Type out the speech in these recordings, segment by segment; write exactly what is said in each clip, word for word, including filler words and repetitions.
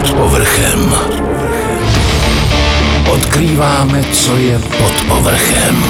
Pod povrchem. Odkrýváme, co je pod povrchem.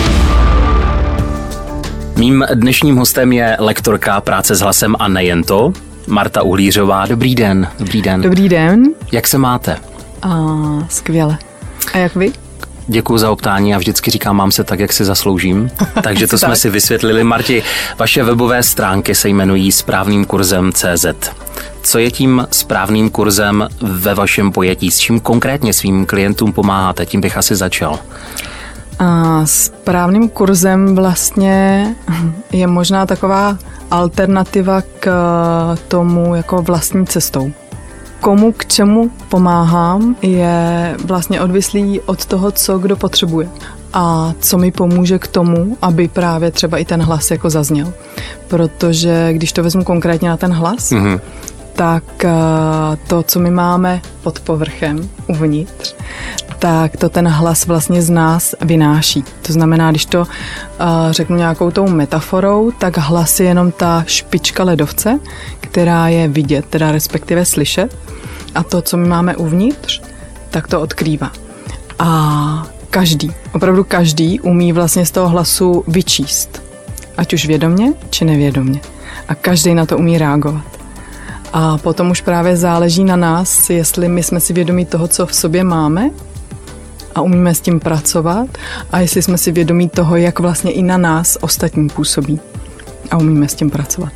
Mým dnešním hostem je lektorka práce s hlasem a nejen to, Marta Uhlířová. Dobrý den. Dobrý den. Dobrý den. Jak se máte? A, skvěle. A jak vy? Děkuji za optání a vždycky říkám, mám se tak, jak si zasloužím. Takže to jsme si vysvětlili. Marti, vaše webové stránky se jmenují správným kurzem tečka cé zet. Co je tím správným kurzem ve vašem pojetí? S čím konkrétně svým klientům pomáháte? Tím bych asi začal. A správným kurzem vlastně je možná taková alternativa k tomu jako vlastní cestou. Komu k čemu pomáhám je vlastně odvislý od toho, co kdo potřebuje a co mi pomůže k tomu, aby právě třeba i ten hlas jako zazněl. Protože když to vezmu konkrétně na ten hlas, mm-hmm. tak to, co my máme pod povrchem uvnitř, tak to ten hlas vlastně z nás vynáší. To znamená, když to uh, řeknu nějakou tou metaforou, tak hlas je jenom ta špička ledovce, která je vidět, teda respektive slyšet. A to, co my máme uvnitř, tak to odkrývá. A každý, opravdu každý umí vlastně z toho hlasu vyčíst. Ať už vědomě, či nevědomě. A každý na to umí reagovat. A potom už právě záleží na nás, jestli my jsme si vědomí toho, co v sobě máme a umíme s tím pracovat a jestli jsme si vědomí toho, jak vlastně i na nás ostatní působí a umíme s tím pracovat.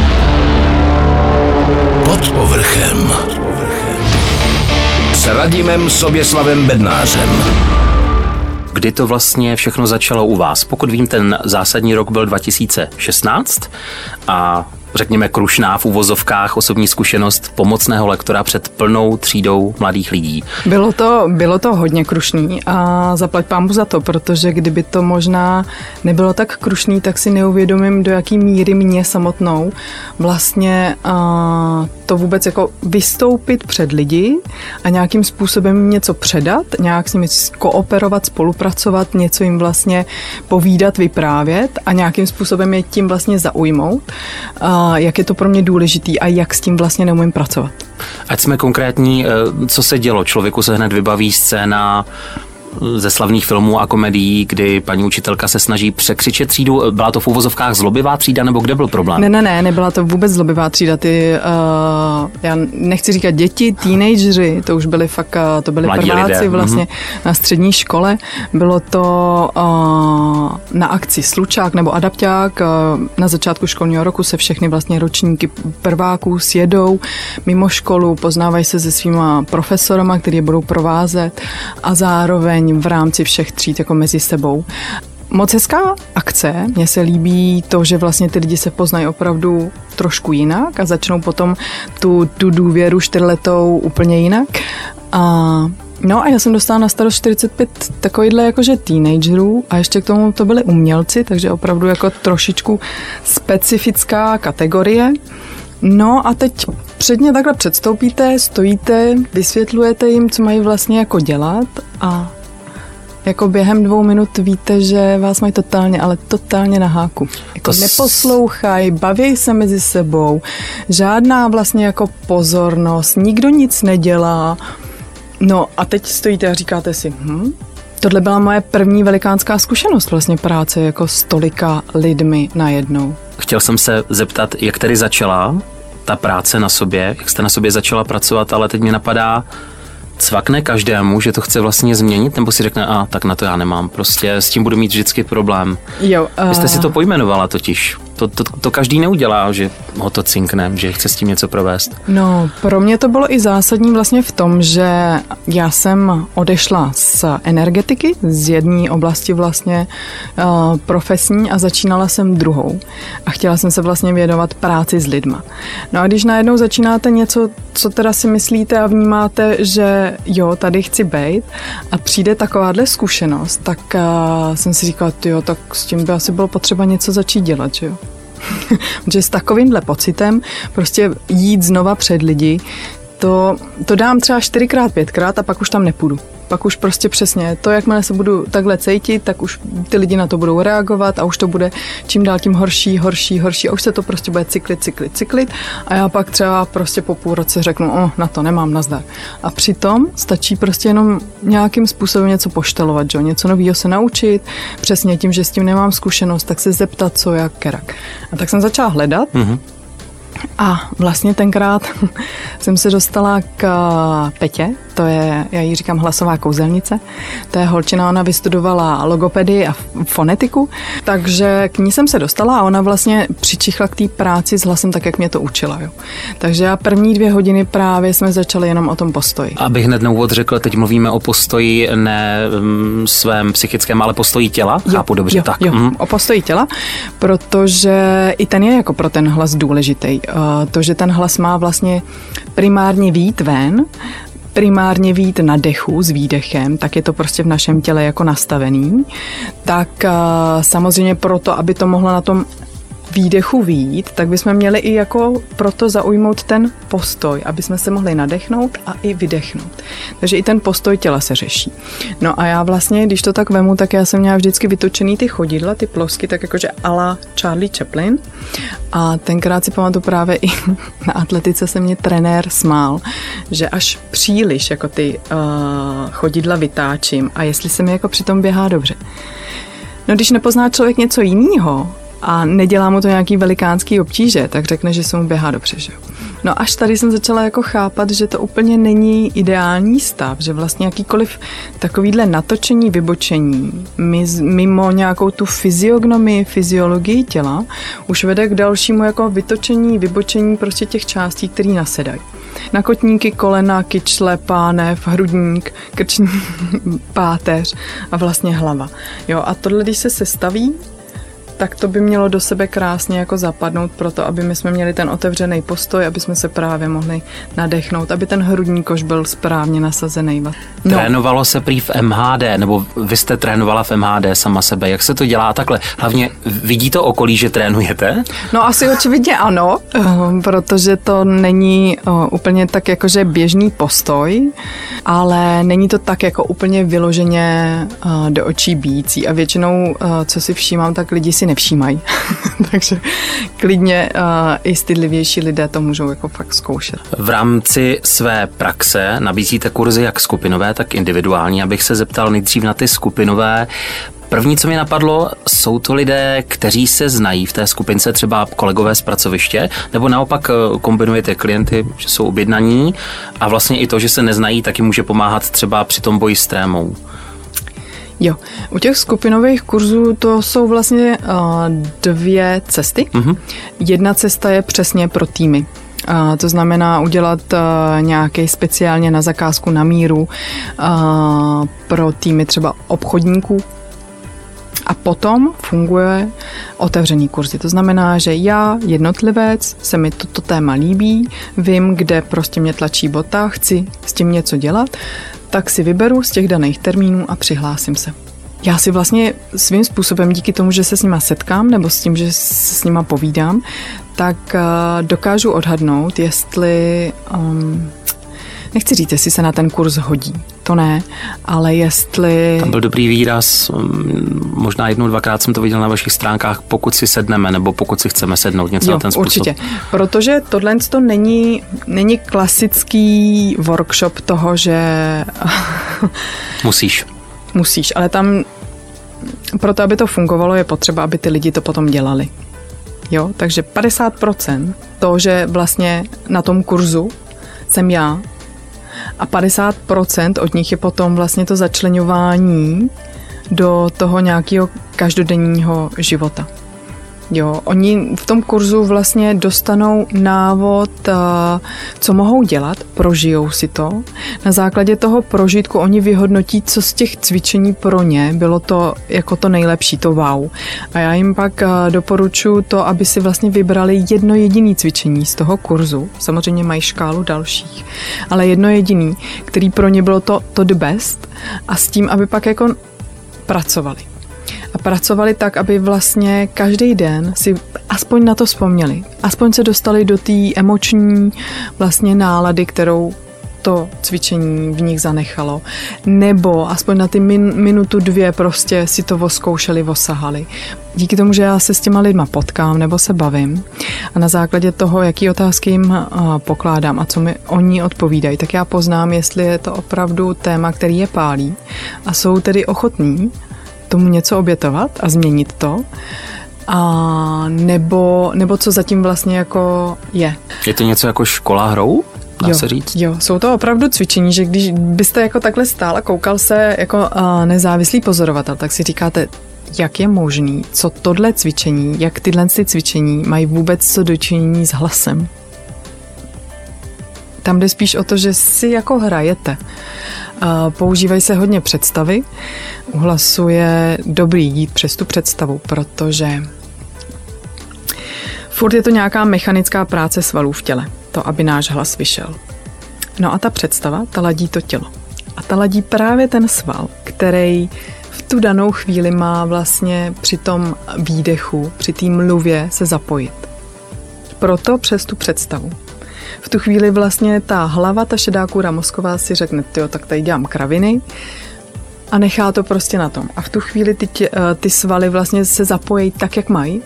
Pod povrchem. S Radimem Soběslavem Bednářem. Kdy to vlastně všechno začalo u vás? Pokud vím, ten zásadní rok byl dva tisíce šestnáct a řekněme krušná v uvozovkách osobní zkušenost pomocného lektora před plnou třídou mladých lidí. Bylo to, bylo to hodně krušný a zaplať pánbůh za to, protože kdyby to možná nebylo tak krušný, tak si neuvědomím, do jaký míry mě samotnou vlastně a, to vůbec jako vystoupit před lidi a nějakým způsobem něco předat, nějak s nimi kooperovat, spolupracovat, něco jim vlastně povídat, vyprávět a nějakým způsobem je tím vlastně zaujmout. A, jak je to pro mě důležitý a jak s tím vlastně neumím pracovat. Ať jsme konkrétní, co se dělo? Člověku se hned vybaví scéna ze slavných filmů a komedií, kdy paní učitelka se snaží překřičet třídu. Byla to v uvozovkách zlobivá třída, nebo kde byl problém? Ne, ne, ne, nebyla to vůbec zlobivá třída. Ty, uh, já nechci říkat děti, teenageři, to už byli fakt, uh, to byli mladí prváci lidé. vlastně mm-hmm. na střední škole. Bylo to uh, na akci Slučák nebo Adapťák. Uh, na začátku školního roku se všechny vlastně ročníky prváků sjedou mimo školu, poznávají se se svýma profesorama, který je budou provázet a zároveň v rámci všech tříd jako mezi sebou. Moc hezká akce, mně se líbí to, že vlastně ty lidi se poznají opravdu trošku jinak a začnou potom tu, tu důvěru čtyřletou úplně jinak. A no a já jsem dostala na starost čtyřicet pět takovýhle jakože teenagerů a ještě k tomu to byli umělci, takže opravdu jako trošičku specifická kategorie. No a teď předně takhle předstoupíte, stojíte, vysvětlujete jim, co mají vlastně jako dělat a jako během dvou minut víte, že vás mají totálně, ale totálně na háku. Jako to neposlouchají, baví se mezi sebou, žádná vlastně jako pozornost, nikdo nic nedělá. No a teď stojíte a říkáte si, hm, tohle byla moje první velikánská zkušenost vlastně práce jako s tolika lidmi najednou. Chtěl jsem se zeptat, jak tedy začala ta práce na sobě, jak jste na sobě začala pracovat, ale teď mě napadá, cvakne každému, že to chce vlastně změnit, nebo si řekne, a tak na to já nemám, prostě s tím budu mít vždycky problém. Jo, uh... Vy jste si to pojmenovala totiž. To, to, to každý neudělá, že ho to cinkne, že chce s tím něco provést. No, pro mě to bylo i zásadní vlastně v tom, že já jsem odešla z energetiky, z jedné oblasti vlastně uh, profesní a začínala jsem druhou. A chtěla jsem se vlastně věnovat práci s lidma. No a když najednou začínáte něco, co teda si myslíte a vnímáte, že jo, tady chci bejt a přijde takováhle zkušenost, tak uh, jsem si říkala, jo, tak s tím by asi bylo potřeba něco začít dělat, že jo. Protože s takovýmhle pocitem prostě jít znova před lidi, to, to dám třeba čtyřikrát, pětkrát a pak už tam nepůjdu. Pak už prostě přesně to, jakmile se budu takhle cítit, tak už ty lidi na to budou reagovat a už to bude čím dál tím horší, horší, horší a už se to prostě bude cyklit, cyklit, cyklit a já pak třeba prostě po půl roce řeknu, o, na to nemám, nazdar. A přitom stačí prostě jenom nějakým způsobem něco poštelovat, že? Něco nového se naučit, přesně tím, že s tím nemám zkušenost, tak se zeptat, co, jak, kerak. A tak jsem začala hledat. Mm-hmm. A vlastně tenkrát jsem se dostala k Petě, to je, já jí říkám hlasová kouzelnice, to je holčina, ona vystudovala logopedii a fonetiku, takže k ní jsem se dostala a ona vlastně přičichla k té práci s hlasem tak, jak mě to učila. Jo. Takže já první dvě hodiny právě jsme začali jenom o tom postoji. Abych hned na úvod řekl, teď mluvíme o postoji ne um, svém psychickém, ale postoji těla, jo, chápu dobře. Jo, tak. Jo, mm. o postoji těla, protože i ten je jako pro ten hlas důležitý. To, že ten hlas má vlastně primárně vyjít ven, primárně vyjít na dechu s výdechem, tak je to prostě v našem těle jako nastavený, tak samozřejmě proto, aby to mohlo na tom výdechu vyjít, tak bychom měli i jako proto zaujmout ten postoj, aby jsme se mohli nadechnout a i vydechnout. Takže i ten postoj těla se řeší. No a já vlastně, když to tak vemu, tak já jsem měla vždycky vytočený ty chodidla, ty plosky, tak jakože a la Charlie Chaplin. A tenkrát si pamatuju právě i na atletice se mě trenér smál, že až příliš jako ty uh, chodidla vytáčím a jestli se mi jako přitom běhá dobře. No když nepozná člověk něco jiného, a nedělá mu to nějaký velikánský obtíže, tak řekne, že se mu běhá dobře, že jo. No až tady jsem začala jako chápat, že to úplně není ideální stav, že vlastně jakýkoliv takovýhle natočení, vybočení mimo nějakou tu fyziognomii, fyziologii těla už vede k dalšímu jako vytočení, vybočení prostě těch částí, které nasedají. Na kotníky, kolena, kyčle, pánev, hrudník, krční páteř a vlastně hlava. Jo, a tohle, když se sestaví, tak to by mělo do sebe krásně jako zapadnout proto, aby my jsme měli ten otevřený postoj, aby jsme se právě mohli nadechnout, aby ten hrudní koš byl správně nasazený. No. Trénovalo se prý v M H D, nebo vy jste trénovala v M H D sama sebe. Jak se to dělá takhle? Hlavně vidí to okolí, že trénujete? No asi očividně ano, protože to není úplně tak jakože běžný postoj, ale není to tak jako úplně vyloženě do očí bíjící a většinou, co si všímám, tak lidi si nevšímají. Takže klidně uh, i stydlivější lidé to můžou jako fakt zkoušet. V rámci své praxe nabízíte kurzy jak skupinové, tak individuální. Abych se zeptal nejdřív na ty skupinové. První, co mi napadlo, jsou to lidé, kteří se znají v té skupince, třeba kolegové z pracoviště, nebo naopak kombinujete klienty, že jsou objednaní a vlastně i to, že se neznají, taky může pomáhat třeba při tom boji s trémou. Jo, u těch skupinových kurzů to jsou vlastně uh, dvě cesty. Mm-hmm. Jedna cesta je přesně pro týmy. Uh, to znamená udělat uh, nějaký speciálně na zakázku na míru uh, pro týmy třeba obchodníků. A potom funguje otevřený kurzy. To znamená, že já, jednotlivec, se mi toto téma líbí, vím, kde prostě mě tlačí bota, chci s tím něco dělat, tak si vyberu z těch daných termínů a přihlásím se. Já si vlastně svým způsobem díky tomu, že se s nima setkám nebo s tím, že se s nima povídám, tak dokážu odhadnout, jestli... Um, nechci říct, jestli se na ten kurz hodí. To ne, ale jestli... Tam byl dobrý výraz, možná jednou, dvakrát jsem to viděl na vašich stránkách, pokud si sedneme, nebo pokud si chceme sednout, něco jo, na ten způsob. Určitě, protože tohle to není, není klasický workshop toho, že... Musíš. Musíš, ale tam proto, aby to fungovalo, je potřeba, aby ty lidi to potom dělali. Jo, takže padesát procent to, že vlastně na tom kurzu jsem já, a padesát procent od nich je potom vlastně to začleňování do toho nějakého každodenního života. Jo, oni v tom kurzu vlastně dostanou návod, co mohou dělat, prožijou si to. Na základě toho prožitku oni vyhodnotí, co z těch cvičení pro ně bylo to jako to nejlepší, to wow. A já jim pak doporučuji to, aby si vlastně vybrali jedno jediné cvičení z toho kurzu. Samozřejmě mají škálu dalších, ale jedno jediné, který pro ně bylo to, to the best a s tím, aby pak jako pracovali. A pracovali tak, aby vlastně každý den si aspoň na to vzpomněli. Aspoň se dostali do té emoční vlastně nálady, kterou to cvičení v nich zanechalo. Nebo aspoň na ty min, minutu, dvě prostě si to oskoušeli, osahali. Díky tomu, že já se s těma lidma potkám nebo se bavím a na základě toho, jaký otázky jim pokládám a co mi oni odpovídají, tak já poznám, jestli je to opravdu téma, který je pálí a jsou tedy ochotní tomu něco obětovat a změnit to, a nebo, nebo co zatím vlastně jako je. Je to něco jako škola hrou? Dá jo, se říct? Jo, jsou to opravdu cvičení, že když byste jako takhle stál a koukal se jako uh, nezávislý pozorovatel, tak si říkáte, jak je možný, co tohle cvičení, jak tyhle ty cvičení mají vůbec co dočinění s hlasem. Tam jde spíš o to, že si jako hrajete. Používají se hodně představy. U hlasu je dobrý jít přes tu představu, protože furt je to nějaká mechanická práce svalů v těle, to, aby náš hlas vyšel. No a ta představa, ta ladí to tělo. A ta ladí právě ten sval, který v tu danou chvíli má vlastně při tom výdechu, při té mluvě se zapojit. Proto přes tu představu. V tu chvíli vlastně ta hlava, ta šedá kůra mozková si řekne, tyjo, tak tady dělám kraviny a nechá to prostě na tom. A v tu chvíli ty, tě, ty svaly vlastně se zapojí tak, jak mají.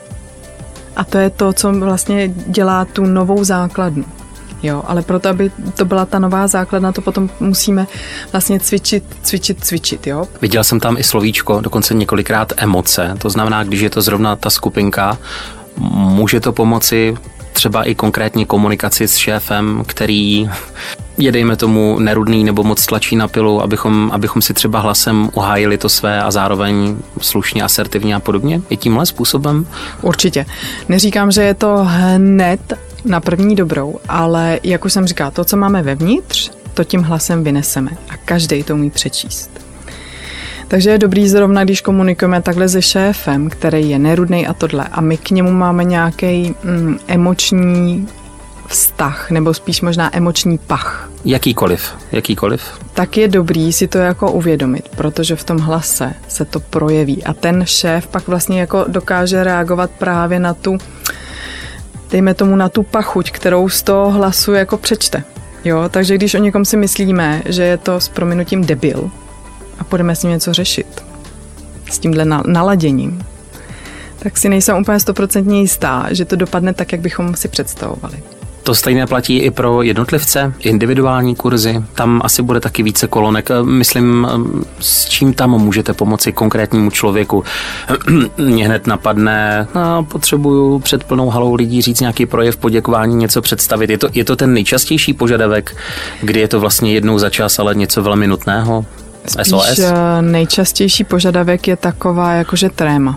A to je to, co vlastně dělá tu novou základnu. Jo, ale proto, aby to byla ta nová základna, to potom musíme vlastně cvičit, cvičit, cvičit, jo. Viděl jsem tam i slovíčko, dokonce několikrát emoce. To znamená, když je to zrovna ta skupinka, může to pomoci třeba i konkrétně komunikaci s šéfem, který je, dejme tomu, nerudný nebo moc tlačí na pilu, abychom, abychom si třeba hlasem uhájili to své a zároveň slušně, asertivně a podobně? I tímhle způsobem? Určitě. Neříkám, že je to hned na první dobrou, ale jak už jsem říkala, to, co máme vevnitř, to tím hlasem vyneseme a každej to umí přečíst. Takže je dobrý zrovna, když komunikujeme takhle se šéfem, který je nerudnej a tohle, a my k němu máme nějaký mm, emoční vztah, nebo spíš možná emoční pach. Jakýkoliv, jakýkoliv. Tak je dobrý si to jako uvědomit, protože v tom hlase se to projeví a ten šéf pak vlastně jako dokáže reagovat právě na tu, dejme tomu na tu pachuť, kterou z toho hlasu jako přečte. Jo, takže když o někom si myslíme, že je to s prominutím debil, a budeme s ním něco řešit, s tímhle naladěním, tak si nejsem úplně stoprocentně jistá, že to dopadne tak, jak bychom si představovali. To stejné platí i pro jednotlivce, individuální kurzy. Tam asi bude taky více kolonek. Myslím, s čím tam můžete pomoci konkrétnímu člověku. Mě hned napadne, no, potřebuju před plnou halou lidí říct nějaký projev poděkování, něco představit. Je to, je to ten nejčastější požadavek, kdy je to vlastně jednou za čas, ale něco velmi nutného? Spíš S O S? Nejčastější požadavek je taková jakože tréma.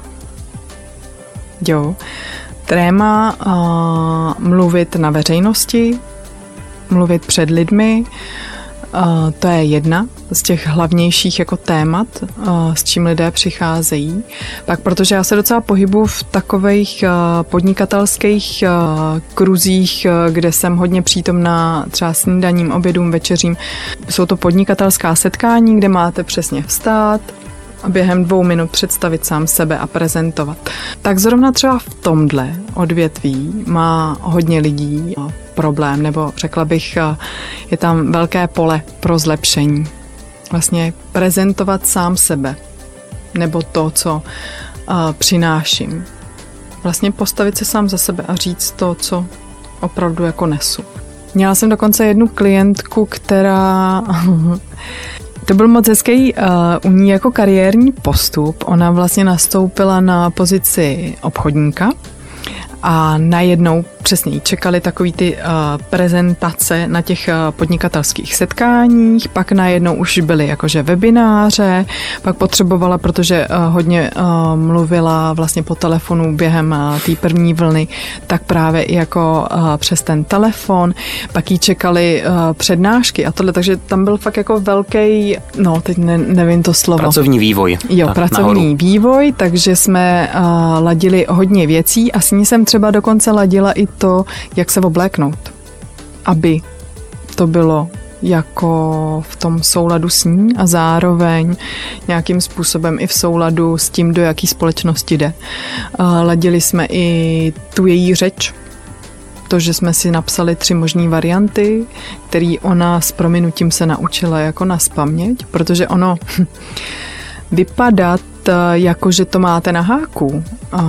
Jo. Tréma uh, mluvit na veřejnosti, mluvit před lidmi, uh, to je jedna z těch hlavnějších jako témat, uh, s čím lidé přicházejí. Pak, protože já se docela pohybuji v takových uh, podnikatelských uh, kruzích, uh, kde jsem hodně přítomná třeba snídaním, obědům, večeřím. Jsou to podnikatelská setkání, kde máte přesně vstát a během dvou minut představit sám sebe a prezentovat. Tak zrovna třeba v tomhle odvětví má hodně lidí problém, nebo řekla bych, je tam velké pole pro zlepšení. Vlastně prezentovat sám sebe, nebo to, co uh, přináším. Vlastně postavit se sám za sebe a říct to, co opravdu jako nesu. Měla jsem dokonce jednu klientku, která... To byl moc hezký uh, u ní jako kariérní postup. Ona vlastně nastoupila na pozici obchodníka a najednou přesně čekali takový ty uh, prezentace na těch uh, podnikatelských setkáních, pak najednou už byly jakože webináře, pak potřebovala, protože uh, hodně uh, mluvila vlastně po telefonu během uh, té první vlny, tak právě i jako uh, přes ten telefon, pak jí čekali uh, přednášky a tohle, takže tam byl fakt jako velký, no teď ne, nevím to slovo. Pracovní vývoj. Jo, na, pracovní nahoru. vývoj, takže jsme uh, ladili hodně věcí a s ní jsem třeba dokonce ladila i to, jak se obléknout, aby to bylo jako v tom souladu s ní a zároveň nějakým způsobem i v souladu s tím, do jaký společnosti jde. Ladili jsme i tu její řeč, to, že jsme si napsali tři možné varianty, který ona s prominutím se naučila jako nazpaměť, protože ono vypadat jako, že to máte na háku,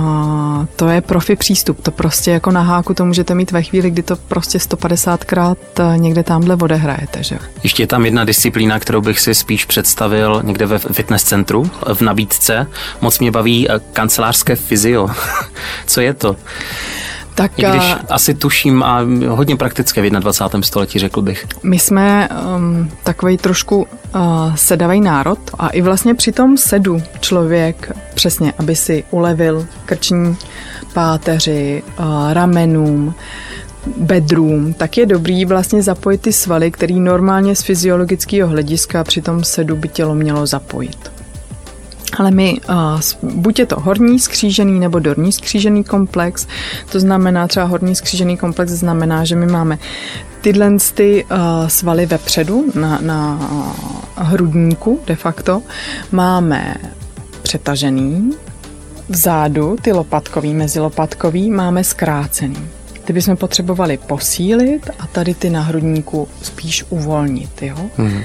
a to je profi přístup. To prostě jako na háku to můžete mít ve chvíli, kdy to prostě sto padesátkrát někde tamhle odehrajete. Že? Ještě je tam jedna disciplína, kterou bych si spíš představil někde ve fitness centru v nabídce. Moc mě baví kancelářské fyzio. Co je to? Tak, I když asi tuším a hodně praktické v dvacátém prvním století, řekl bych. My jsme um, takovej trošku uh, sedavý národ a i vlastně při tom sedu člověk přesně, aby si ulevil krční páteři, uh, ramenům, bedrům, tak je dobrý vlastně zapojit ty svaly, který normálně z fyziologického hlediska při tom sedu by tělo mělo zapojit. Ale my, uh, buď je to horní skřížený nebo dolní skřížený komplex, to znamená třeba horní skřížený komplex znamená, že my máme tyhle ty uh, svaly vepředu na, na uh, hrudníku de facto, máme přetažený, vzadu ty lopatkový, mezilopatkový máme zkrácený. Ty bychom potřebovali posílit a tady ty na hrudníku spíš uvolnit. Jo? Mm.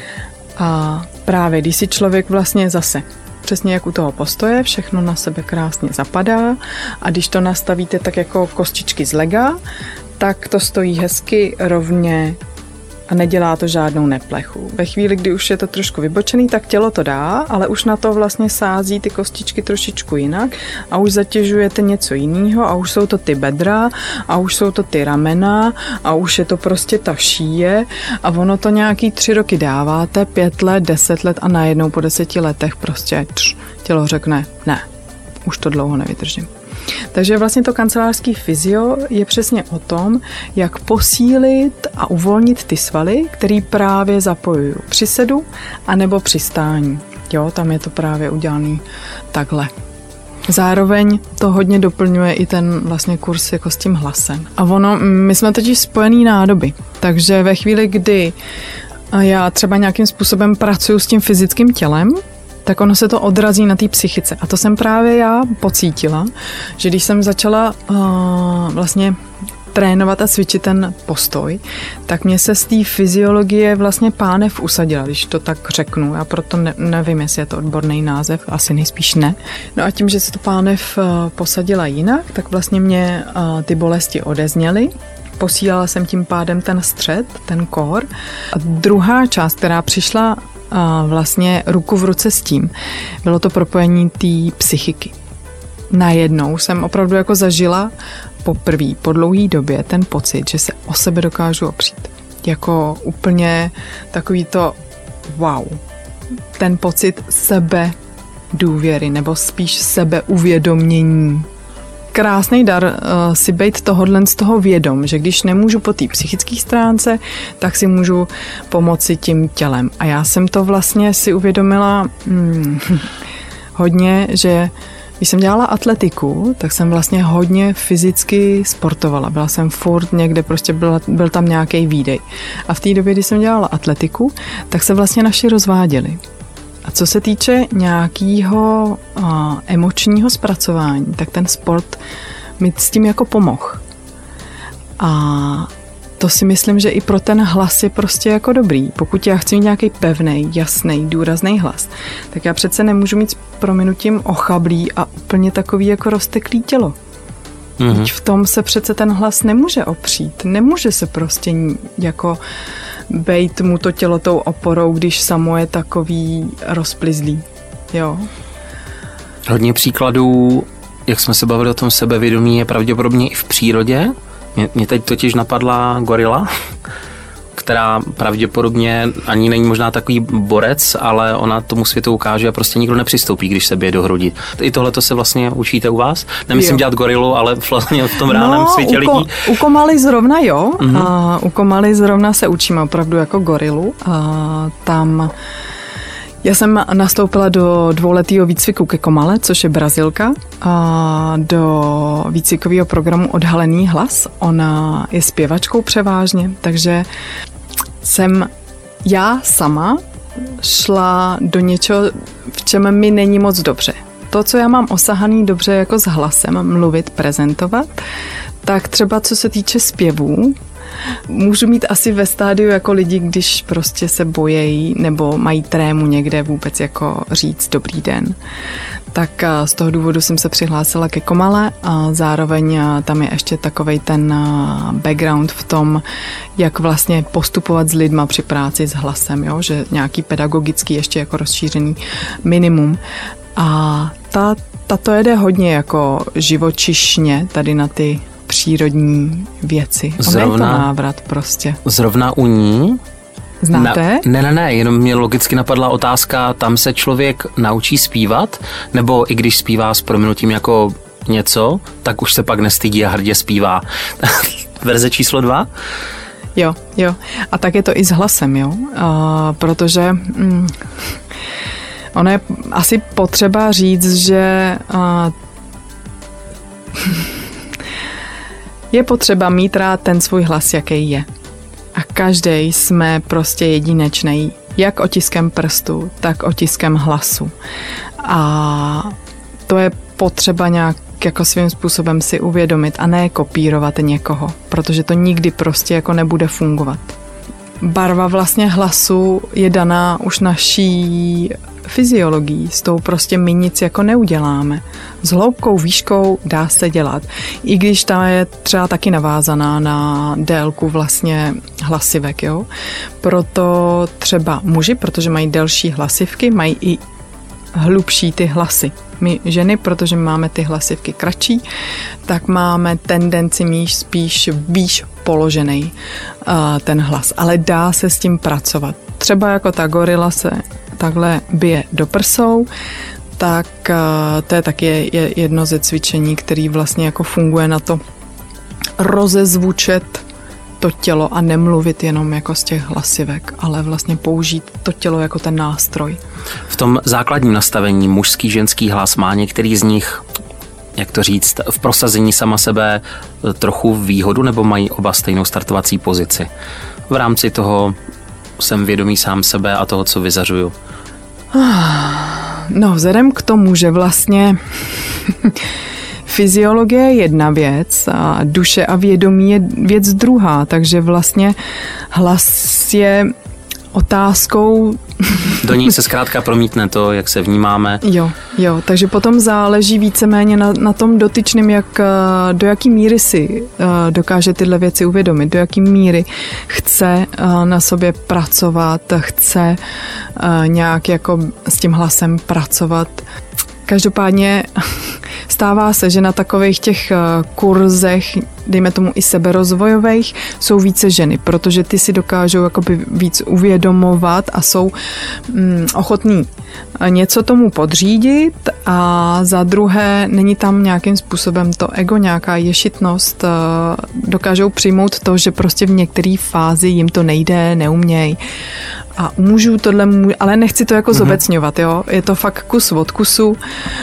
A právě když si člověk vlastně zase přesně jak u toho postoje, všechno na sebe krásně zapadá a když to nastavíte tak jako kostičky z lega, tak to stojí hezky rovně a nedělá to žádnou neplechu. Ve chvíli, kdy už je to trošku vybočený, tak tělo to dá, ale už na to vlastně sází ty kostičky trošičku jinak a už zatěžujete něco jiného a už jsou to ty bedra a už jsou to ty ramena a už je to prostě ta šíje a ono to nějaký tři roky dáváte, pět let, deset let a najednou po deseti letech prostě tř, tělo řekne, ne, už to dlouho nevydržím. Takže vlastně to kancelářský fyzio je přesně o tom, jak posílit a uvolnit ty svaly, který právě zapojují při sedu anebo při stání. Jo, tam je to právě udělaný takhle. Zároveň to hodně doplňuje i ten vlastně kurz jako s tím hlasem. A ono, my jsme totiž spojený nádoby, takže ve chvíli, kdy já třeba nějakým způsobem pracuji s tím fyzickým tělem, tak ono se to odrazí na té psychice. A to jsem právě já pocítila, že když jsem začala uh, vlastně trénovat a cvičit ten postoj, tak mě se z té fyziologie vlastně pánev usadila, když to tak řeknu. Já proto ne, nevím, jestli je to odborný název, asi nejspíš ne. No a tím, že se to pánev uh, posadila jinak, tak vlastně mě uh, ty bolesti odezněly. Posílala jsem tím pádem ten střed, ten kor. A druhá část, která přišla a vlastně ruku v ruce s tím, bylo to propojení té psychiky. Najednou jsem opravdu jako zažila poprvé po dlouhé době ten pocit, že se o sebe dokážu opřít. Jako úplně takový to wow. Ten pocit sebe důvěry nebo spíš sebeuvědomění. Krásný dar uh, si bejt tohodlen z toho vědom, že když nemůžu po té psychické stránce, tak si můžu pomoci tím tělem. A já jsem to vlastně si uvědomila hmm, hodně, že když jsem dělala atletiku, tak jsem vlastně hodně fyzicky sportovala. Byla jsem furt někde, prostě byla, byl tam nějaký výdej. A v té době, kdy jsem dělala atletiku, tak se vlastně naši rozváděli. A co se týče nějakého uh, emočního zpracování, tak ten sport mi s tím jako pomohl. A to si myslím, že i pro ten hlas je prostě jako dobrý. Pokud já chci mít nějaký pevný, jasný, důrazný hlas, tak já přece nemůžu mít s prominutím ochablý a úplně takový jako rozteklý tělo. Mm-hmm. V tom se přece ten hlas nemůže opřít. Nemůže se prostě jako bejt mu to tělo tou oporou, když samo je takový rozplizlý. Jo. Hodně příkladů, jak jsme se bavili o tom sebevědomí, je pravděpodobně i v přírodě. Mě, mě teď totiž napadla gorila, která pravděpodobně ani není možná takový borec, ale ona tomu světu ukáže a prostě nikdo nepřistoupí, když se bije do hrudi. I tohle to se vlastně učíte u vás? Nemyslím jo. dělat gorilu, ale vlastně v tom reálném no, světě lidí. No, u komaly zrovna jo. Mm-hmm. A u komaly zrovna se učíme opravdu jako gorilu. A tam já jsem nastoupila do dvouletého výcviku ke komale, což je Brazilka, a do výcvikového programu Odhalený hlas. Ona je zpěvačkou převážně, takže jsem já sama šla do něčeho, v čem mi není moc dobře. To, co já mám osahaný dobře jako s hlasem, mluvit, prezentovat, tak třeba co se týče zpěvů, můžu mít asi ve stádiu jako lidi, když prostě se bojejí nebo mají trému někde vůbec jako říct dobrý den. Tak z toho důvodu jsem se přihlásila ke Komale a zároveň tam je ještě takovej ten background v tom, jak vlastně postupovat s lidma při práci s hlasem, jo? Že nějaký pedagogický ještě jako rozšířený minimum. A ta, ta to jede hodně jako živočišně tady na ty přírodní věci. Zrovna, je to návrat prostě. Zrovna u ní? Znáte? Na, ne, ne, ne, jenom mě logicky napadla otázka, tam se člověk naučí zpívat, nebo i když zpívá s prominutím jako něco, tak už se pak nestydí a hrdě zpívá. Verze číslo dva? Jo, jo. A tak je to i s hlasem, jo. Uh, protože mm, ono je asi potřeba říct, že uh, je potřeba mít rád ten svůj hlas, jaký je. A každý jsme prostě jedinečný, jak otiskem prstu, tak otiskem hlasu. A to je potřeba nějak jako svým způsobem si uvědomit a ne kopírovat někoho, protože to nikdy prostě jako nebude fungovat. Barva vlastně hlasu je daná už naší fyziologií, s tou prostě my nic jako neuděláme. S hloubkou, výškou dá se dělat. I když ta je třeba taky navázaná na délku vlastně hlasivek, jo. Proto třeba muži, protože mají delší hlasivky, mají i hlubší ty hlasy. My ženy, protože máme ty hlasivky kratší, tak máme tendenci mít spíš výš položený uh, ten hlas. Ale dá se s tím pracovat. Třeba jako ta gorila se takhle bije do prsou, tak uh, to je taky je jedno ze cvičení, který vlastně jako funguje na to rozezvučet to tělo a nemluvit jenom jako z těch hlasivek, ale vlastně použít to tělo jako ten nástroj. V tom základním nastavení mužský, ženský hlas má některý z nich, jak to říct, v prosazení sama sebe trochu výhodu, nebo mají oba stejnou startovací pozici? V rámci toho jsem vědomý sám sebe a toho, co vyzařuju. No, vzhledem k tomu, že vlastně fyziologie je jedna věc a duše a vědomí je věc druhá, takže vlastně hlas je otázkou. Do ní se zkrátka promítne to, jak se vnímáme. Jo, jo, takže potom záleží víceméně na, na tom dotyčným, jak, do jaký míry si dokáže tyhle věci uvědomit, do jaký míry chce na sobě pracovat, chce nějak jako s tím hlasem pracovat. Každopádně stává se, že na takových těch kurzech, dejme tomu i seberozvojových, jsou více ženy, protože ty si dokážou jakoby víc uvědomovat a jsou mm, ochotní něco tomu podřídit a za druhé není tam nějakým způsobem to ego, nějaká ješitnost, dokážou přijmout to, že prostě v některé fázi jim to nejde, neumějí. A u mužů tohle, ale nechci to jako mm-hmm. zobecňovat, jo. Je to fakt kus od kusu,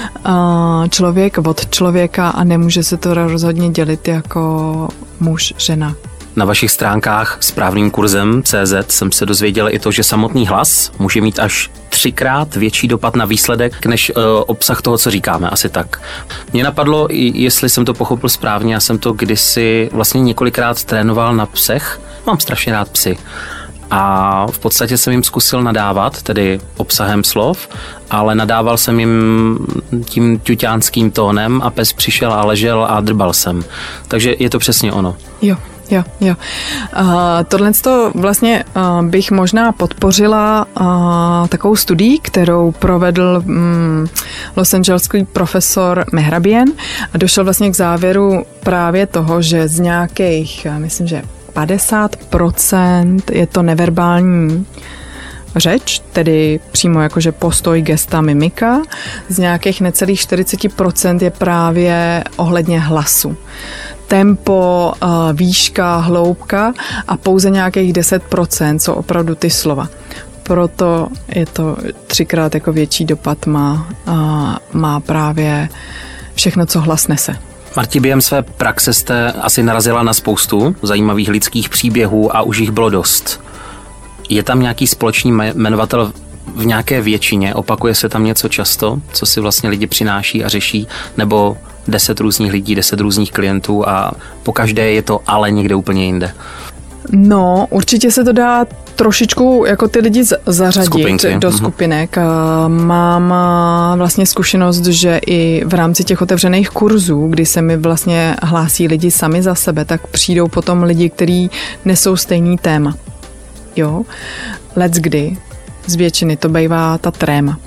člověk od člověka a nemůže se to rozhodně dělit jako muž, žena. Na vašich stránkách správným kurzem C Z jsem se dozvěděl i to, že samotný hlas může mít až třikrát větší dopad na výsledek, než uh, obsah toho, co říkáme, asi tak. Mně napadlo, jestli jsem to pochopil správně, já jsem to kdysi vlastně několikrát trénoval na psech, mám strašně rád psy. A v podstatě jsem jim zkusil nadávat, tedy obsahem slov, ale nadával jsem jim tím ťuťánským tónem a pes přišel a ležel a drbal jsem. Takže je to přesně ono. Jo. Jo, jo. Uh, tohle vlastně uh, bych možná podpořila uh, takovou studii, kterou provedl um, Los Angeleský profesor Mehrabian a došel vlastně k závěru právě toho, že z nějakých, myslím, že padesát procent je to neverbální řeč, tedy přímo jakože postoj, gesta, mimika. Z nějakých necelých čtyřicet procent je právě ohledně hlasu. Tempo, výška, hloubka a pouze nějakých deset procent jsou opravdu ty slova. Proto je to třikrát jako větší dopad má, má právě všechno, co hlas nese. Marti, během své praxe jste asi narazila na spoustu zajímavých lidských příběhů a už jich bylo dost. Je tam nějaký společný jmenovatel v nějaké většině? Opakuje se tam něco často, co si vlastně lidi přináší a řeší? Nebo deset různých lidí, deset různých klientů a po každé je to ale někde úplně jinde? No, určitě se to dá trošičku jako ty lidi zařadit Skupinky. do skupinek. Mám vlastně zkušenost, že i v rámci těch otevřených kurzů, kdy se mi vlastně hlásí lidi sami za sebe, tak přijdou potom lidi, kteří nesou stejný téma. Jo? Let's kdy. Z většiny to bývá ta tréma.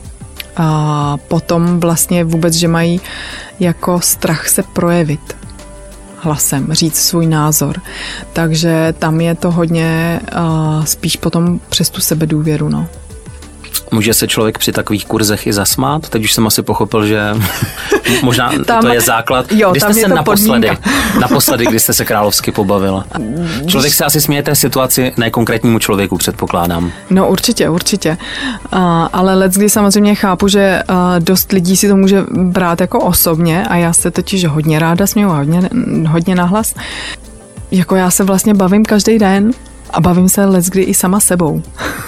A potom vlastně vůbec, že mají jako strach se projevit hlasem, říct svůj názor. Takže tam je to hodně uh, spíš potom přes tu sebedůvěru, no. Může se člověk při takových kurzech i zasmát? Teď už jsem asi pochopil, že možná tam, to je základ. Jo, kdy jste se naposledy, naposledy, kdy jste se královsky pobavila? Člověk se asi směje té situaci, ne konkrétnímu člověku, předpokládám. No určitě, určitě. Uh, ale leckdy samozřejmě chápu, že uh, dost lidí si to může brát jako osobně a já se totiž hodně ráda směju, hodně, hodně nahlas. Jako já se vlastně bavím každý den a bavím se leckdy i sama sebou.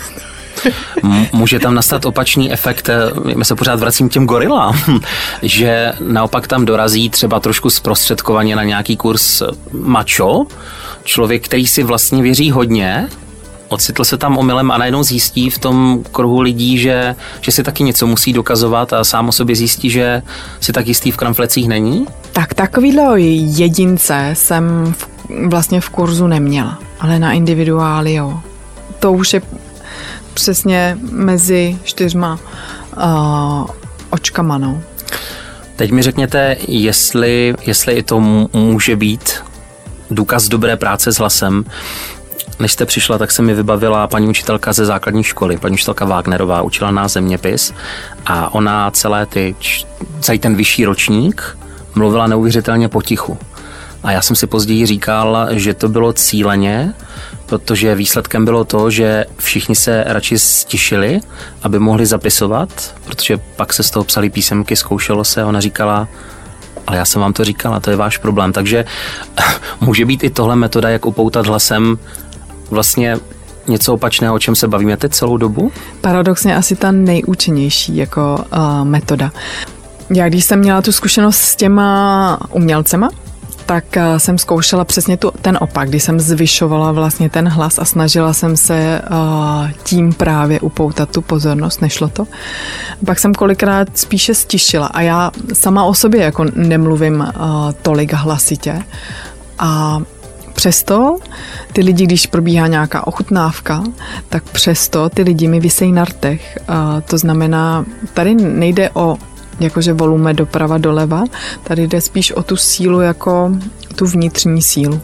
Může tam nastat opačný efekt, my se pořád vracím k těm gorilám, že naopak tam dorazí třeba trošku zprostředkovaně na nějaký kurz macho, člověk, který si vlastně věří hodně, ocitl se tam omylem a najednou zjistí v tom kruhu lidí, že, že si taky něco musí dokazovat a sám o sobě zjistí, že si tak jistý v kramflecích není? Tak takovýhle jedince jsem v, vlastně v kurzu neměla, ale na individuáli jo. To už je přesně mezi čtyřma uh, očkama, no. Teď mi řekněte, jestli, jestli i to může být důkaz dobré práce s hlasem. Než jste přišla, tak se mi vybavila paní učitelka ze základní školy, paní učitelka Wagnerová, učila nás zeměpis a ona celé ty, celý ten vyšší ročník mluvila neuvěřitelně potichu. A já jsem si později říkal, že to bylo cíleně, protože výsledkem bylo to, že všichni se radši stišili, aby mohli zapisovat, protože pak se z toho psali písemky, zkoušelo se a ona říkala, ale já jsem vám to říkala, to je váš problém. Takže může být i tohle metoda, jak upoutat hlasem vlastně něco opačného, o čem se bavíme teď celou dobu? Paradoxně asi ta nejúčinnější jako uh, metoda. Já když jsem měla tu zkušenost s těma umělcema, tak jsem zkoušela přesně tu, ten opak, kdy jsem zvyšovala vlastně ten hlas a snažila jsem se uh, tím právě upoutat tu pozornost, nešlo to. Pak jsem kolikrát spíše stišila a já sama o sobě jako nemluvím uh, tolik hlasitě a přesto ty lidi, když probíhá nějaká ochutnávka, tak přesto ty lidi mi visejí na rtech. Uh, to znamená, tady nejde o jakože volume doprava doleva, tady jde spíš o tu sílu jako tu vnitřní sílu.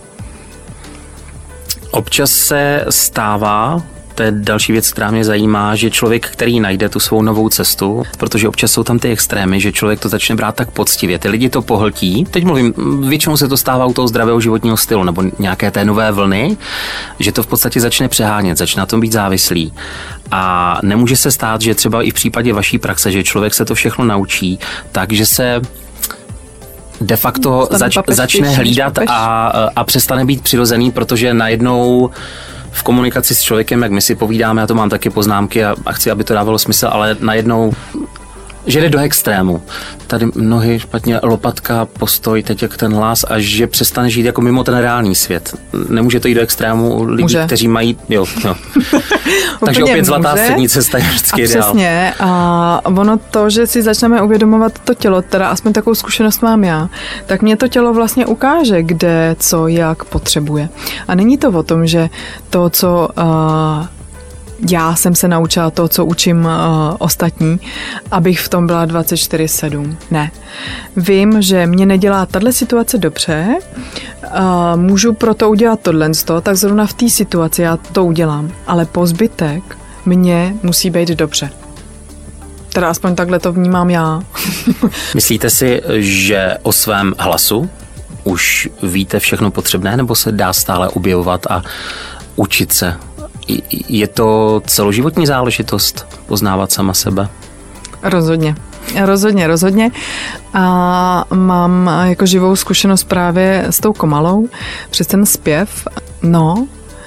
Občas se stává, to je další věc, která mě zajímá, že člověk, který najde tu svou novou cestu, protože občas jsou tam ty extrémy, že člověk to začne brát tak poctivě, ty lidi to pohltí, teď mluvím, většinou se to stává u toho zdravého životního stylu nebo nějaké té nové vlny, že to v podstatě začne přehánět, začne na tom být závislý. A nemůže se stát, že třeba i v případě vaší praxe, že člověk se to všechno naučí, takže se de facto zač, začne hlídat a, a přestane být přirozený, protože najednou v komunikaci s člověkem, jak my si povídáme, já to mám taky poznámky a, a chci, aby to dávalo smysl, ale najednou, že jde do extrému. Tady nohy špatně, lopatka, postoj, teď jak ten hlas a že přestane žít jako mimo ten reálný svět. Nemůže to jít do extrému lidí, může. Kteří mají, jo, jo. Takže opět zlatá může. Střední cesta je vždycky ideál. Přesně. A ono to, že si začneme uvědomovat to tělo, teda aspoň takovou zkušenost mám já, tak mě to tělo vlastně ukáže, kde, co, jak potřebuje. A není to o tom, že to, co uh, já jsem se naučila to, co učím uh, ostatní, abych v tom byla dvacet čtyři sedm. Ne. Vím, že mě nedělá tato situace dobře, uh, můžu proto udělat tohle, tak zrovna v té situaci já to udělám, ale po zbytek mně musí být dobře. Teda aspoň takhle to vnímám já. Myslíte si, že o svém hlasu už víte všechno potřebné, nebo se dá stále objevovat a učit se? Je to celoživotní záležitost poznávat sama sebe? Rozhodně. Rozhodně, rozhodně. A mám jako živou zkušenost právě s tou komalou, přes ten zpěv. No,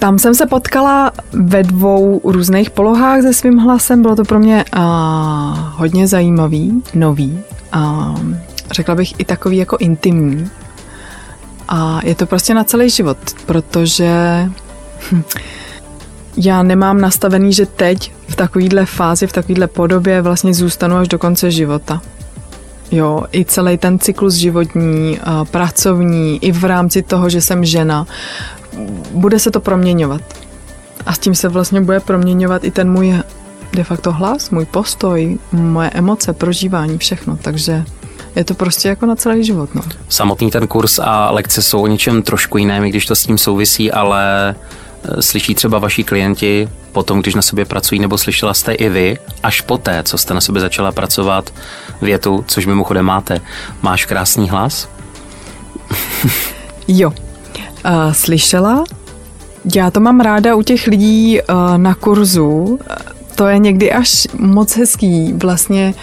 Tam jsem se potkala ve dvou různých polohách se svým hlasem. Bylo to pro mě uh, hodně zajímavý, nový. Uh, řekla bych i takový jako intimní. A je to prostě na celý život, protože hm, já nemám nastavený, že teď v takovýhle fázi, v takovýhle podobě vlastně zůstanu až do konce života. Jo, i celý ten cyklus životní, uh, pracovní, i v rámci toho, že jsem žena, bude se to proměňovat. A s tím se vlastně bude proměňovat i ten můj de facto hlas, můj postoj, moje emoce, prožívání, všechno. Takže je to prostě jako na celý život. No. Samotný ten kurz a lekce jsou o něčem trošku jiném, i když to s tím souvisí, ale slyší třeba vaši klienti potom, když na sobě pracují, nebo slyšela jste i vy, až poté, co jste na sobě začala pracovat, větu, což mimochodem máte. Máš krásný hlas? Jo. Uh, slyšela. Já to mám ráda u těch lidí uh, na kurzu. To je někdy až moc hezký vlastně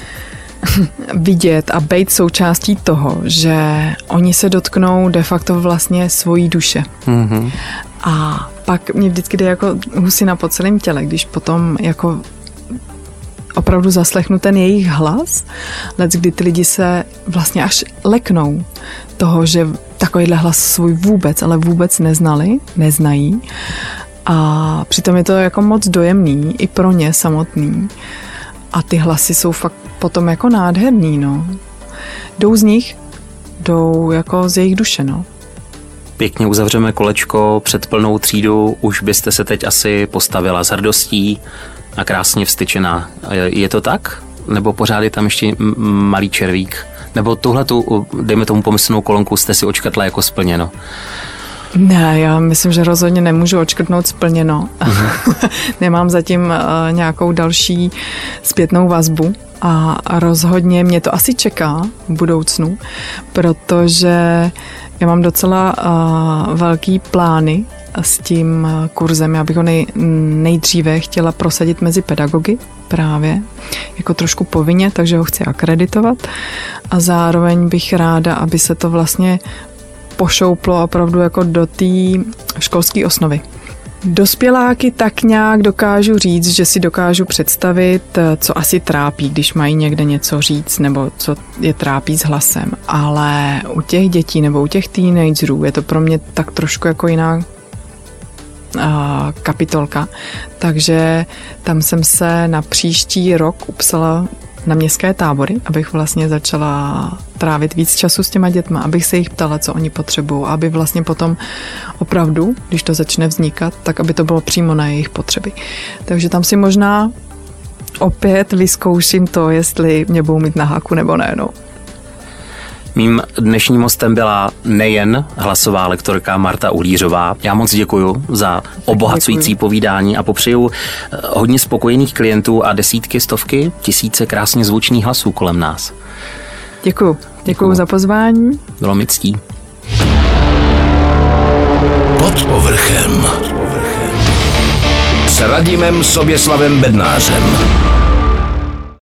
vidět a být součástí toho, že oni se dotknou de facto vlastně svojí duše. Mm-hmm. A pak mě vždycky jde jako husina po celém těle, když potom jako opravdu zaslechnu ten jejich hlas, let kdy ty lidi se vlastně až leknou toho, že takovýhle hlas svůj vůbec, ale vůbec neznali, neznají. A přitom je to jako moc dojemný i pro ně samotný. A ty hlasy jsou fakt potom jako nádherný, no. Jdou z nich, jdou jako z jejich duše, no. Pěkně uzavřeme kolečko před plnou třídu, už byste se teď asi postavila s hrdostí a krásně vstyčená. Je to tak? Nebo pořád je tam ještě malý červík? Nebo tuhletu, dejme tomu pomyslnou kolonku, jste si očkrtla jako splněno? Ne, já myslím, že rozhodně nemůžu očkrtnout splněno. Mm-hmm. Nemám zatím uh, nějakou další zpětnou vazbu a rozhodně mě to asi čeká v budoucnu, protože já mám docela uh, velký plány s tím kurzem. Já bych ho nej, nejdříve chtěla prosadit mezi pedagogy právě, jako trošku povinně, takže ho chci akreditovat a zároveň bych ráda, aby se to vlastně pošouplo opravdu jako do té školské osnovy. Dospěláky tak nějak dokážu říct, že si dokážu představit, co asi trápí, když mají někde něco říct, nebo co je trápí s hlasem. Ale u těch dětí nebo u těch teenagerů je to pro mě tak trošku jako jiná kapitolka. Takže tam jsem se na příští rok upsala na městské tábory, abych vlastně začala trávit víc času s těma dětma, abych se jich ptala, co oni potřebují, aby vlastně potom opravdu, když to začne vznikat, tak aby to bylo přímo na jejich potřeby. Takže tam si možná opět vyzkouším to, jestli mě budou mít na háku nebo ne. No. Mým dnešním hostem byla nejen hlasová lektorka Marta Uhlířová. Já moc děkuju za obohacující děkuju. povídání a popřeju hodně spokojených klientů a desítky, stovky, tisíce krásně zvučných hlasů kolem nás. Děkuju. Děkuju, děkuju za pozvání. Bylo mi ctí. Pod povrchem. S Radimem Soběslavem Bednářem.